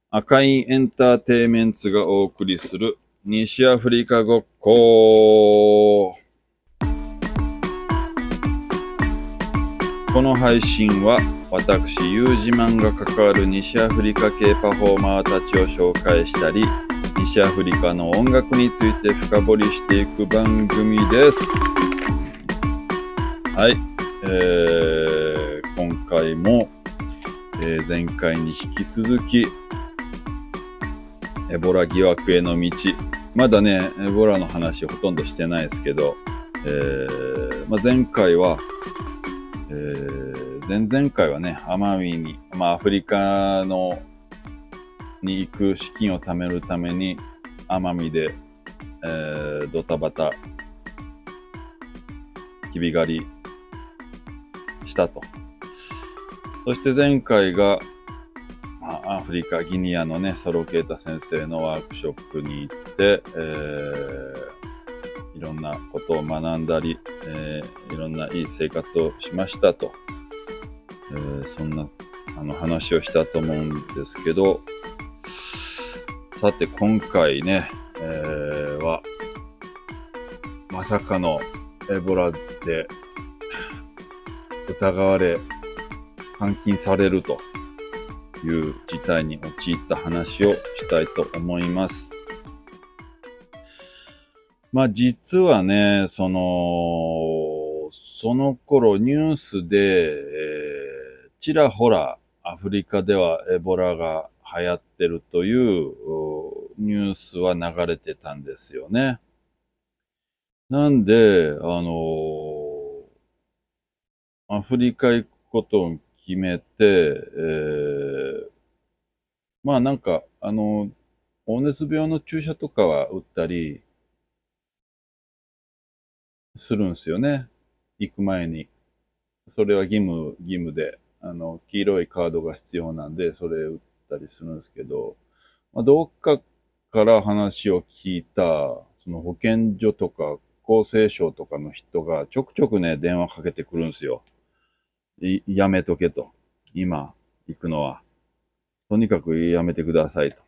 赤いエンターテイメンツがお送りする西アフリカごっこ。この配信は私ユージマンが関わる西アフリカ系パフォーマーたちを紹介したり、西アフリカの音楽について深掘りしていく番組です。はい、今回も、前回に引き続きエボラ疑惑への道。まだね、エボラの話ほとんどしてないですけど、前回は、前々回はね、奄美に、アフリカに行く資金を貯めるために、奄美で、ドタバタ、きび狩りしたと。そして前回が、アフリカ、ギニアのね、ソロケータ先生のワークショップに行って、いろんなことを学んだり、いろんないい生活をしましたと、そんな話をしたと思うんですけど、さて今回ね、はまさかのエボラで疑われ監禁されるという事態に陥った話をしたいと思います。実はね、その頃ニュースで、ちらほらアフリカではエボラが流行ってるというニュースは流れてたんですよね。なんで、アフリカ行くことを決めて、黄熱病の注射とかは打ったりするんですよね。行く前に。それは義務で、黄色いカードが必要なんで、それ打ったりするんですけど、どっかから話を聞いた、その保健所とか厚生省とかの人がちょくちょくね、電話かけてくるんですよ。やめとけと。今、行くのは。とにかくやめてくださいと。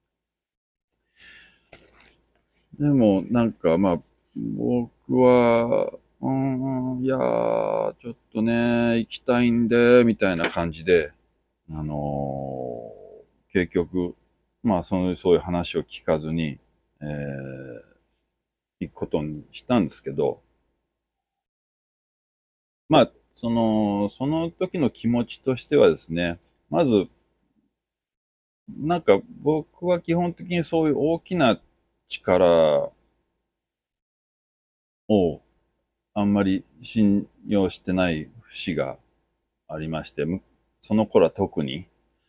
でも、僕は、いやー、ちょっとね、行きたいんで、みたいな感じで、結局、そういう話を聞かずに、行くことにしたんですけど、その時の気持ちとしてはですね、まず、僕は基本的にそういう大きな力をあんまり信用してない節がありまして、その頃は特に、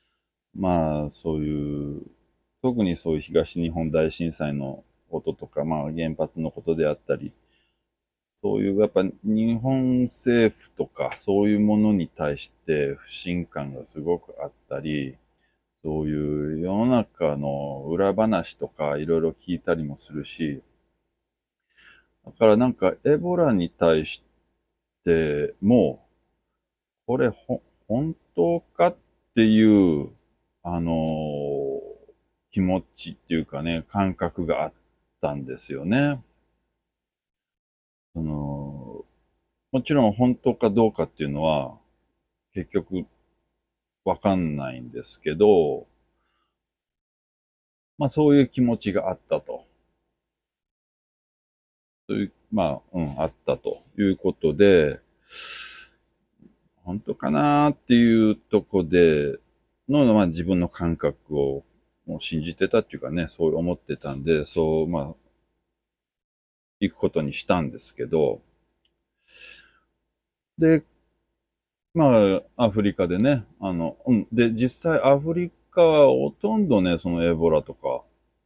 特にそういう東日本大震災のこととか、原発のことであったり、そういうやっぱ日本政府とかそういうものに対して不信感がすごくあったり、そういう世の中の裏話とかいろいろ聞いたりもするし、だからエボラに対しても、これ本当かっていう、あのー気持ちっていうかね、感覚があったんですよね。もちろん本当かどうかっていうのは、結局わかんないんですけど、そういう気持ちがあったと。そういう、あったということで、本当かなっていうとこで自分の感覚をもう信じてたっていうかね、そう思ってたんで、行くことにしたんですけど、で、アフリカでね、で、実際アフリカはほとんどね、そのエボラとか、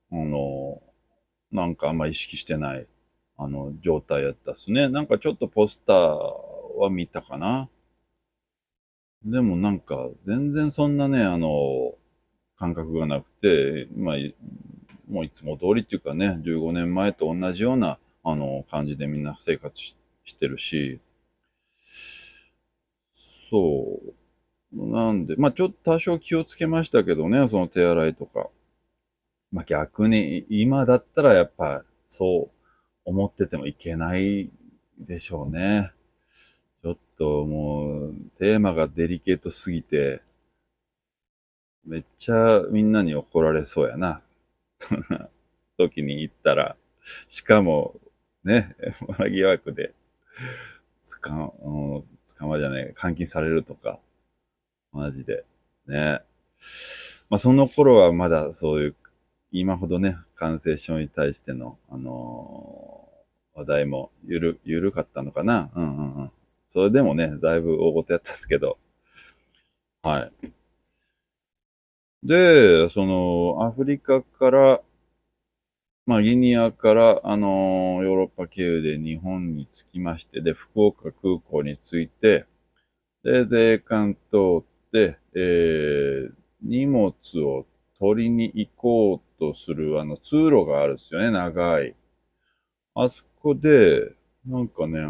あんま意識してない、状態やったっすね。ちょっとポスターは見たかな。でも全然そんなね、感覚がなくて、もういつも通りっていうかね、15年前と同じような、感じでみんな生活してるし、そう。 なんで、まあちょっと多少気をつけましたけどね、その手洗いとか。まあ逆に、今だったらやっぱそう思っててもいけないでしょうね。ちょっともう、テーマがデリケートすぎて、めっちゃみんなに怒られそうやな。そんな時に行ったら。しかも、ね、悪気枠で、捕まじゃない、監禁されるとか、マジで。ね。まあ、その頃はまだそういう、今ほどね、感染症に対しての、話題もゆるかったのかな。うんうんうん。それでもね、だいぶ大事やったんですけど、はい。で、その、アフリカから、まあ、ギニアから、ヨーロッパ経由で日本に着きまして、で、福岡空港に着いて、で、税関通って、荷物を取りに行こうとする、通路があるんですよね、長い。あそこで、なんかね、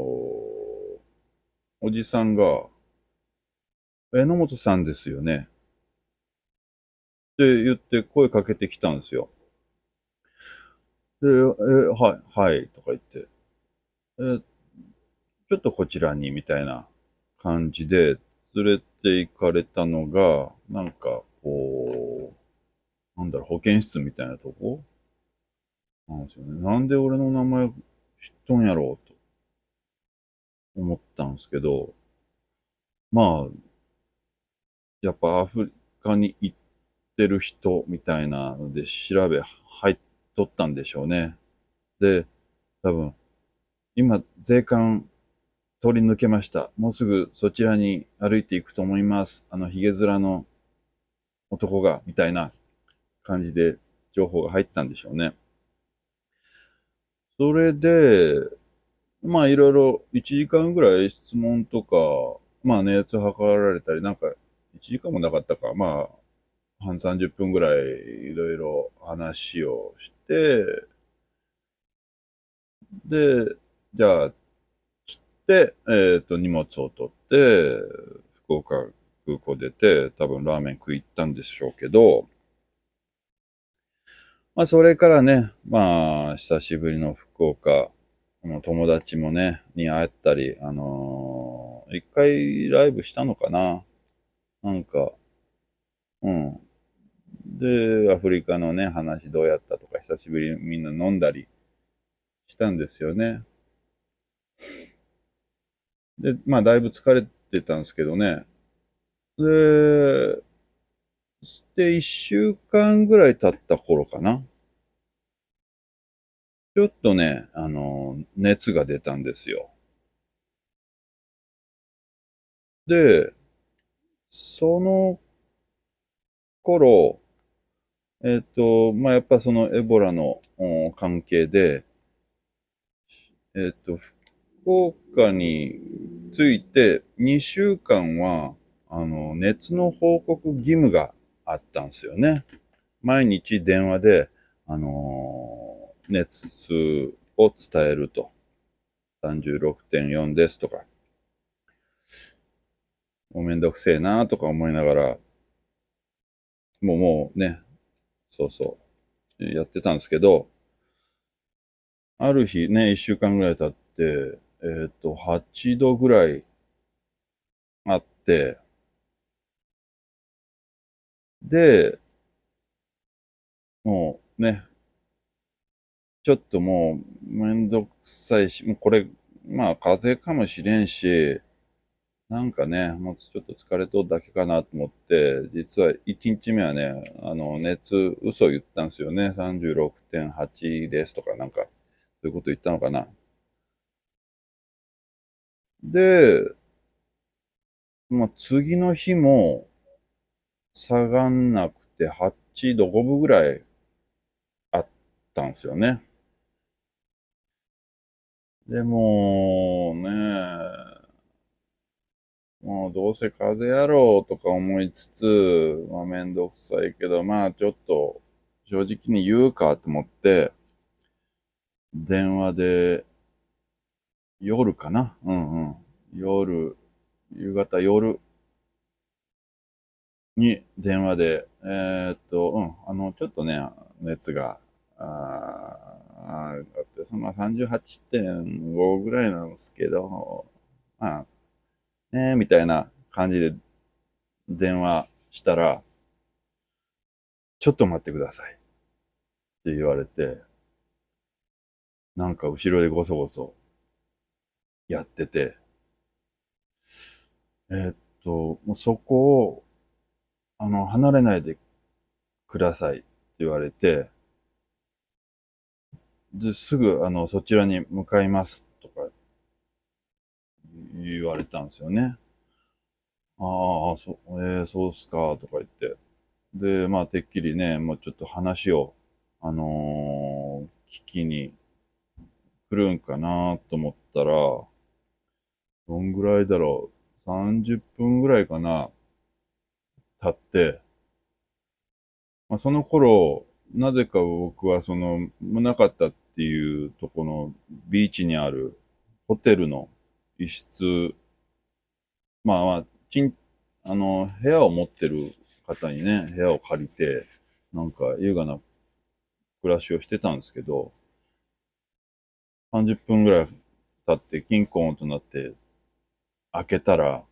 おじさんが、榎本さんですよね。って言って声かけてきたんですよ。で、はい、はい、とか言って、え、ちょっとこちらに、みたいな感じで連れて行かれたのが、なんか、こう、なんだろう、保健室みたいなとこなんですよね。なんで俺の名前知っとんやろうと思ったんですけど、まあ、やっぱアフリカに行ってる人みたいなので入っとったんでしょうね。で、多分、今、税関通り抜けました。もうすぐそちらに歩いていくと思います。ヒゲ面の男が、みたいな感じで情報が入ったんでしょうね。それで、まあいろいろ1時間ぐらい質問とか、まあ熱測られたり、なんか1時間もなかったか、まあ半30分ぐらいいろいろ話をして、で、じゃあ、荷物を取って、福岡空港出て、多分ラーメン食い行ったんでしょうけど、まあそれからね、まあ久しぶりの福岡、友達もね、に会ったり、一回ライブしたのかななんか、うん。で、アフリカのね、話どうやったとか、久しぶりにみんな飲んだりしたんですよね。で、まあ、だいぶ疲れてたんですけどね。で、一週間ぐらい経った頃かな。ちょっとね、熱が出たんですよ。で、その頃、まあ、やっぱそのエボラの関係で、福岡について2週間は、熱の報告義務があったんですよね。毎日電話で、熱を伝えると。36.4ですとか、もうめんどくせえなとか思いながら、もうね、そうそう、やってたんですけど、ある日ね、1週間ぐらい経って、8度ぐらいあって、で、もうね、ちょっともうめんどくさいし、もうこれ、まあ風邪かもしれんし、なんかね、もうちょっと疲れとるだけかなと思って、実は1日目はね、嘘言ったんですよね。36.8ですとか、なんか、そういうこと言ったのかな。で、まあ次の日も下がんなくて8度5分ぐらいあったんですよね。でもね、もうどうせ風邪やろうとか思いつつ、まあめんどくさいけど、まあちょっと正直に言うかと思って、電話で夜かなうんうん。夕方夜に電話で、ちょっとね、熱が、あって、38.5ぐらいなんですけど、まあ、みたいな感じで電話したら、ちょっと待ってくださいって言われて、なんか後ろでごそごそやってて、もうそこを、離れないでくださいって言われて、で、すぐ、そちらに向かいますとか言われたんですよね。ああ、そうっすか、とか言って。で、まあ、てっきりね、もうちょっと話を、聞きに来るんかなと思ったら、どんぐらいだろう。30分ぐらいかな、経って、まあ、その頃、なぜか僕はその、宗像っていうとこのビーチにあるホテルの一室、まあまあ、部屋を持ってる方にね、部屋を借りて、なんか優雅な暮らしをしてたんですけど、30分ぐらい経ってキンコーンとなって開けたら、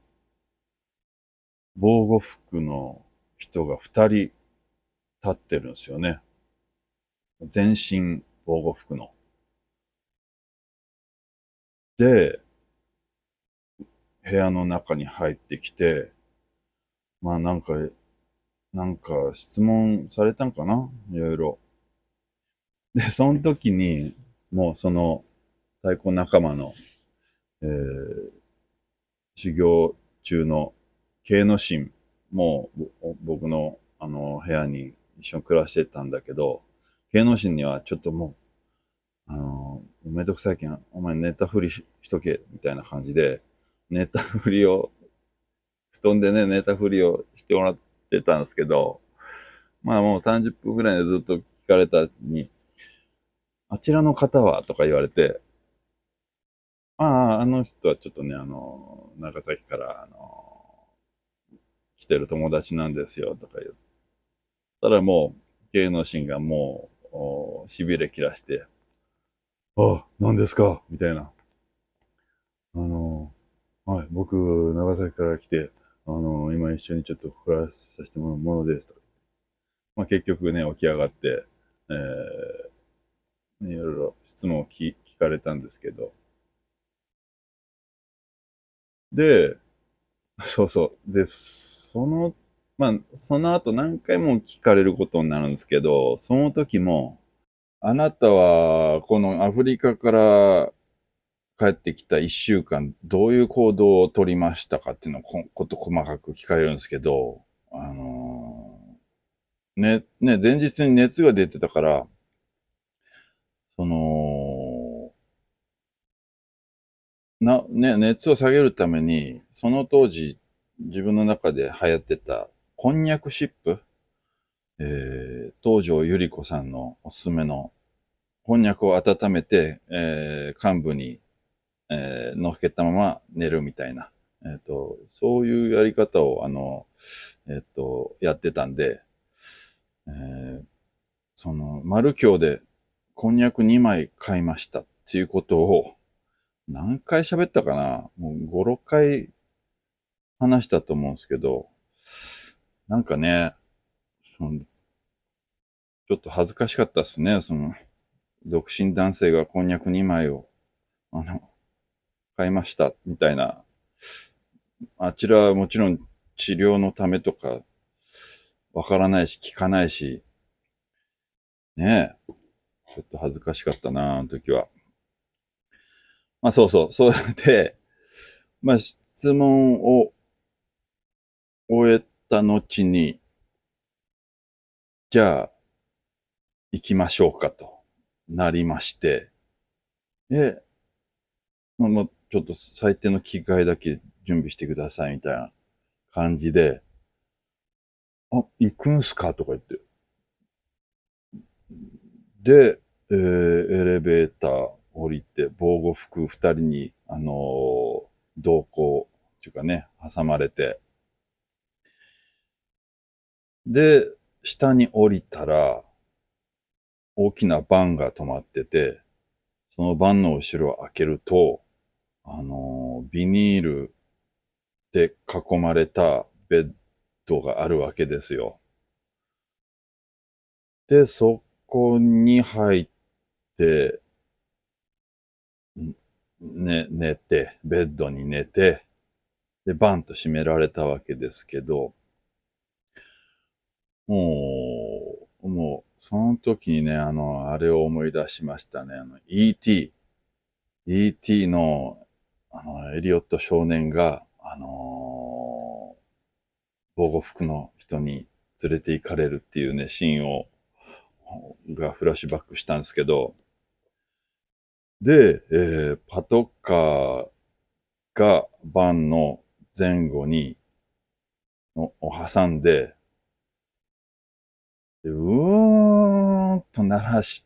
防護服の人が2人立ってるんですよね。全身防護服の。で、部屋の中に入ってきて、まあなんか質問されたんかないろいろ。で、その時に、もうその太鼓仲間の、えー修行中の慶之進も僕の部屋に一緒に暮らしてたんだけど、慶之進にはちょっともう、めんどくさいけん、お前寝たふりしとけ、みたいな感じで、寝たふりを、布団でね、寝たふりをしてもらってたんですけど、まあもう30分ぐらいでずっと聞かれたに、あちらの方はとか言われて、あの人はちょっとね、長崎から、来てる友達なんですよ、とか言ったらもう、芸能人がもう、痺れ切らして、あ、何ですかみたいな。あの、はい、僕、長崎から来て、今一緒にちょっと暮らさせてもらうものですと。まあ、結局ね、起き上がって、いろいろ質問を聞かれたんですけど、で、そうそう。で、まあ、その後何回も聞かれることになるんですけど、その時も、あなたはこのアフリカから帰ってきた1週間、どういう行動を取りましたかっていうのをこと細かく聞かれるんですけど、前日に熱が出てたから、その、熱を下げるために、その当時、自分の中で流行ってた、こんにゃくシップ、東條百合子さんのおすすめの、こんにゃくを温めて、幹部に、乗っけたまま寝るみたいな、そういうやり方を、やってたんで、えーマルキョウで、こんにゃく2枚買いましたっていうことを、何回喋ったかなもう5、6回話したと思うんですけど、なんかね、そのちょっと恥ずかしかったですね。独身男性がこんにゃく2枚を、あの、買いました、みたいな。あちらはもちろん治療のためとか、わからないし、聞かないし、ねえ、ちょっと恥ずかしかったな、あの時は。まあそうそう、そうやって、まあ質問を終えた後に、じゃあ行きましょうかとなりまして、で、ちょっと最低の着替えだけ準備してくださいみたいな感じで、あ、行くんすかとか言って。で、エレベーター降りて、防護服二人に、同行っていうかね、挟まれて、 で、下に降りたら、大きなバンが止まってて、そのバンの後ろを開けると、ビニールで囲まれたベッドがあるわけですよ。で、そこに入って、寝て、ベッドに寝て、で、バンと閉められたわけですけど、その時にね、あれを思い出しましたね。E.T. E.T. の、エリオット少年が、防護服の人に連れて行かれるっていうね、シーンがフラッシュバックしたんですけど、で、パトカーがバンの前後に、を挟んで、うーんと鳴らして、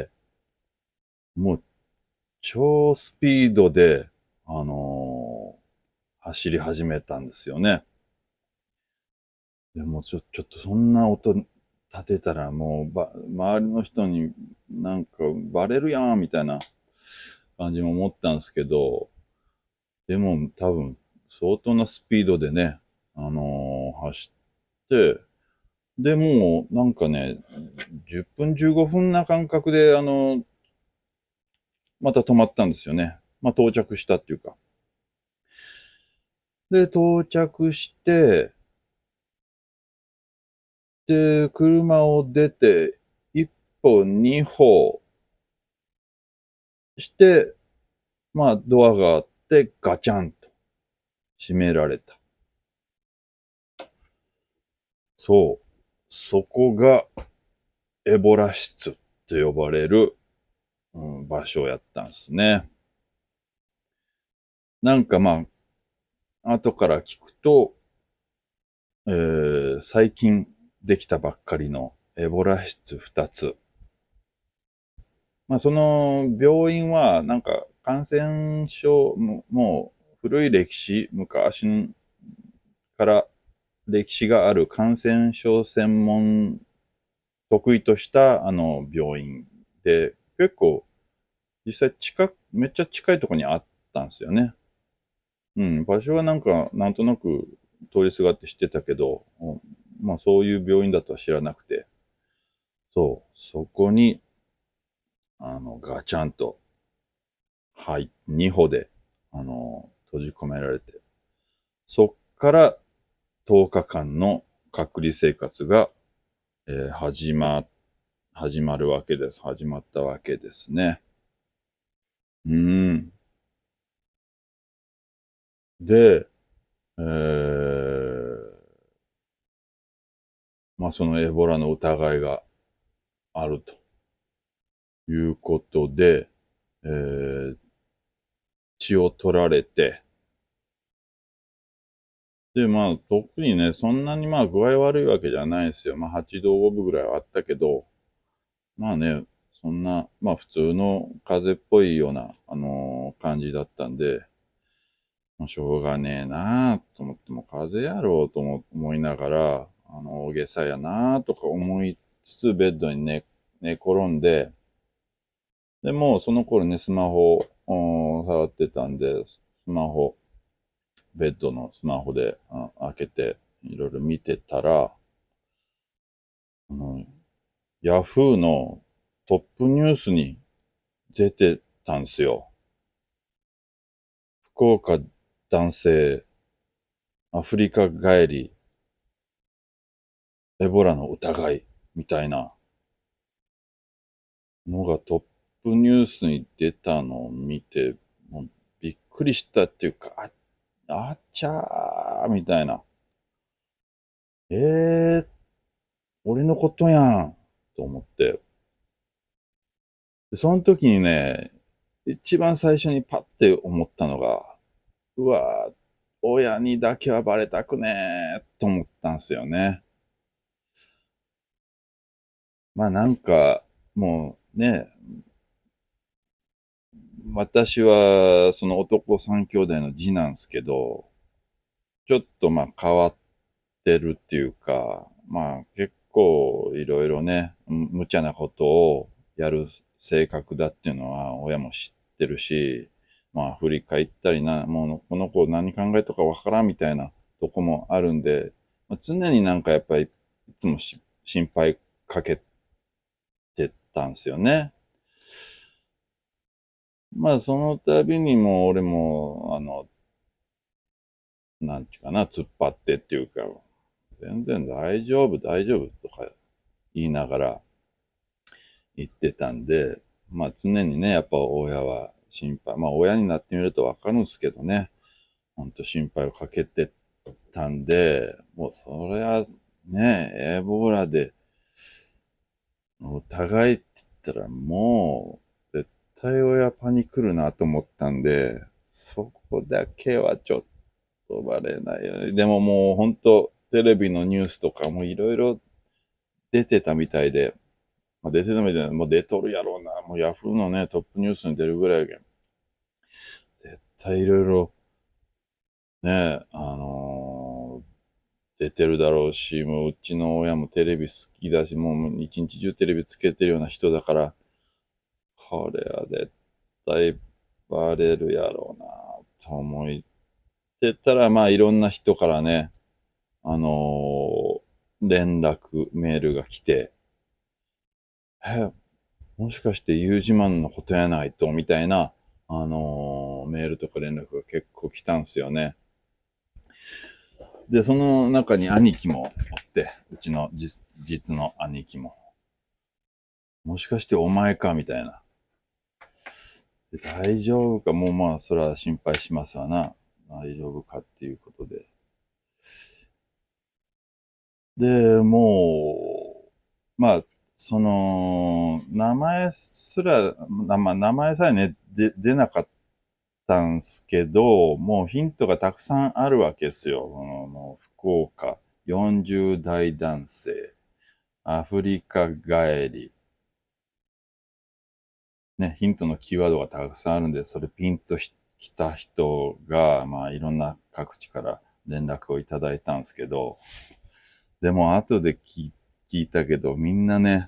もう超スピードで、あの走り始めたんですよね。でもちょっとそんな音立てたらもう周りの人になんかバレるやんみたいな感じも思ったんですけど、でも多分相当なスピードでね、走って、で、もうなんかね、10分15分な感覚で、また止まったんですよね。まあ到着したっていうか。で、到着して、で、車を出て、一歩二歩して、まあドアがあってガチャンと閉められた。そう。そこがエボラ室と呼ばれる、場所やったんですね。なんかまあ、後から聞くと、最近できたばっかりのエボラ室2つ。まあ、その病院は、なんか感染症もう古い歴史、昔から歴史がある感染症専門得意とした病院で、結構実際めっちゃ近いところにあったんですよね。うん、場所はなんかなんとなく通りすがって知ってたけど、まあそういう病院だとは知らなくて、そう、そこに、ガチャンと、はい、2歩で、閉じ込められて、そっから10日間の隔離生活が、えー始ま、始まるわけです。始まったわけですね。うん。で、まあそのエボラの疑いがあるということで、えー血を取られて、で、まあ、特にね、そんなにまあ、具合悪いわけじゃないですよ。まあ、8度5分ぐらいはあったけど、まあね、そんな、まあ、普通の風邪っぽいような、感じだったんで、まあ、しょうがねえなあと思っても、風邪やろうと思いながら、大げさやなあとか思いつつ、ベッドに寝転んで、で、もうその頃ね、スマホを触ってたんで、スマホ、ベッドのスマホで開けて、いろいろ見てたら、あの、ヤフーのトップニュースに出てたんですよ。福岡男性、アフリカ帰り、エボラの疑い、みたいなのがトップニュースに出たのを見て、もうびっくりしたっていうか、あっちゃー、みたいな。えー、俺のことやん、と思って。でその時にね、一番最初にパッて思ったのが、うわー、親にだけはバレたくねーと思ったんですよね。まあなんか、もうね、私はその男三兄弟の次なんですけど、ちょっとまあ変わってるっていうか、まあ結構いろいろね、無茶なことをやる性格だっていうのは親も知ってるし、まあ振り返ったりもうこの子何考えとかわからんみたいなとこもあるんで、まあ、常になんかやっぱりいつも心配かけてたんですよね。まあその度にも俺も、なんていうかな、突っ張ってっていうか、全然大丈夫、大丈夫とか言いながら言ってたんで、まあ常にね、やっぱ親は心配、まあ親になってみるとわかるんですけどね、ほんと心配をかけてたんで、もうそれはね、エボラで、お互いって言ったらもう、絶対親パニクるなと思ったんで、そこだけはちょっとバレないよね。でももうほんと、テレビのニュースとかもいろいろ出てたみたいで、まあ、出てたみたいな、もう出とるやろうな。もうヤフーのね、トップニュースに出るぐらいやけん。絶対いろいろね、出てるだろうし、もううちの親もテレビ好きだし、もう一日中テレビつけてるような人だから、これは絶対バレるやろうな、と思ってたら、まあいろんな人からね、あの連絡、メールが来て、もしかしてユージマンのことやないと、みたいな、メールとか連絡が結構来たんすよね。で、その中に兄貴もおって、うちの実の兄貴も。もしかしてお前かみたいな。で大丈夫かもうまあ、それは心配しますわな。大丈夫かっていうことで。で、もう、まあ、名前すら、名前さえね、出なかったんすけど、もうヒントがたくさんあるわけですよ。もう福岡、40代男性、アフリカ帰り。ね、ヒントのキーワードがたくさんあるんで、それピンときた人が、まあいろんな各地から連絡をいただいたんですけど、でも後で聞いたけど、みんなね、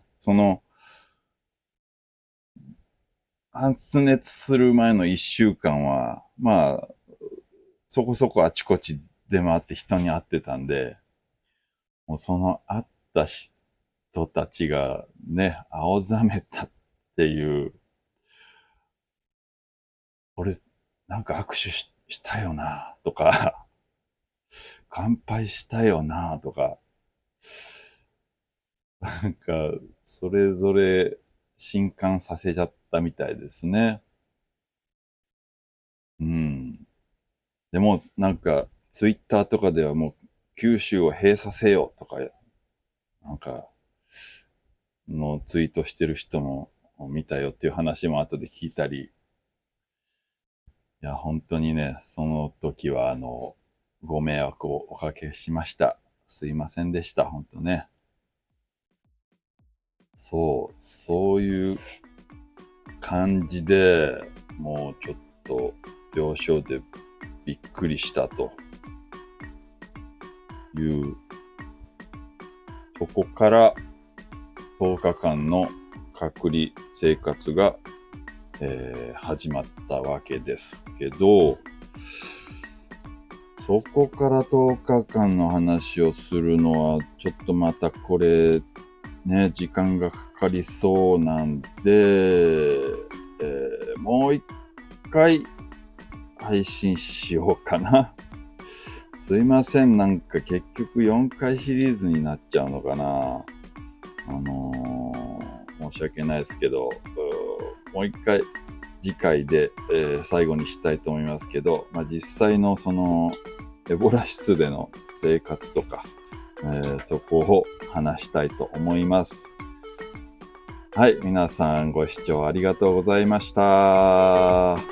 発熱する前の1週間は、まあ、そこそこあちこち出回って人に会ってたんで、もうその会った人たちがね、青ざめたっていう、俺、なんか握手したよな、とか、乾杯したよな、とか、なんか、それぞれ震撼させちゃったみたいですね。うん。でも、なんか、ツイッターとかではもう、九州を閉鎖せよとか、なんか、のツイートしてる人も見たよっていう話も後で聞いたり、いや、本当にね、その時は、ご迷惑をおかけしました。すいませんでした、本当ね。そういう感じで、もうちょっと病床でびっくりしたというそこから10日間の隔離生活が、始まったわけですけど、そこから10日間の話をするのは、ちょっとまたこれ、ね、時間がかかりそうなんで、もう一回配信しようかな。すいません、なんか結局4回シリーズになっちゃうのかな。申し訳ないですけど、もう一回次回で、最後にしたいと思いますけど、まあ、実際のそのエボラ室での生活とか、そこを話したいと思います。はい、皆さんご視聴ありがとうございました。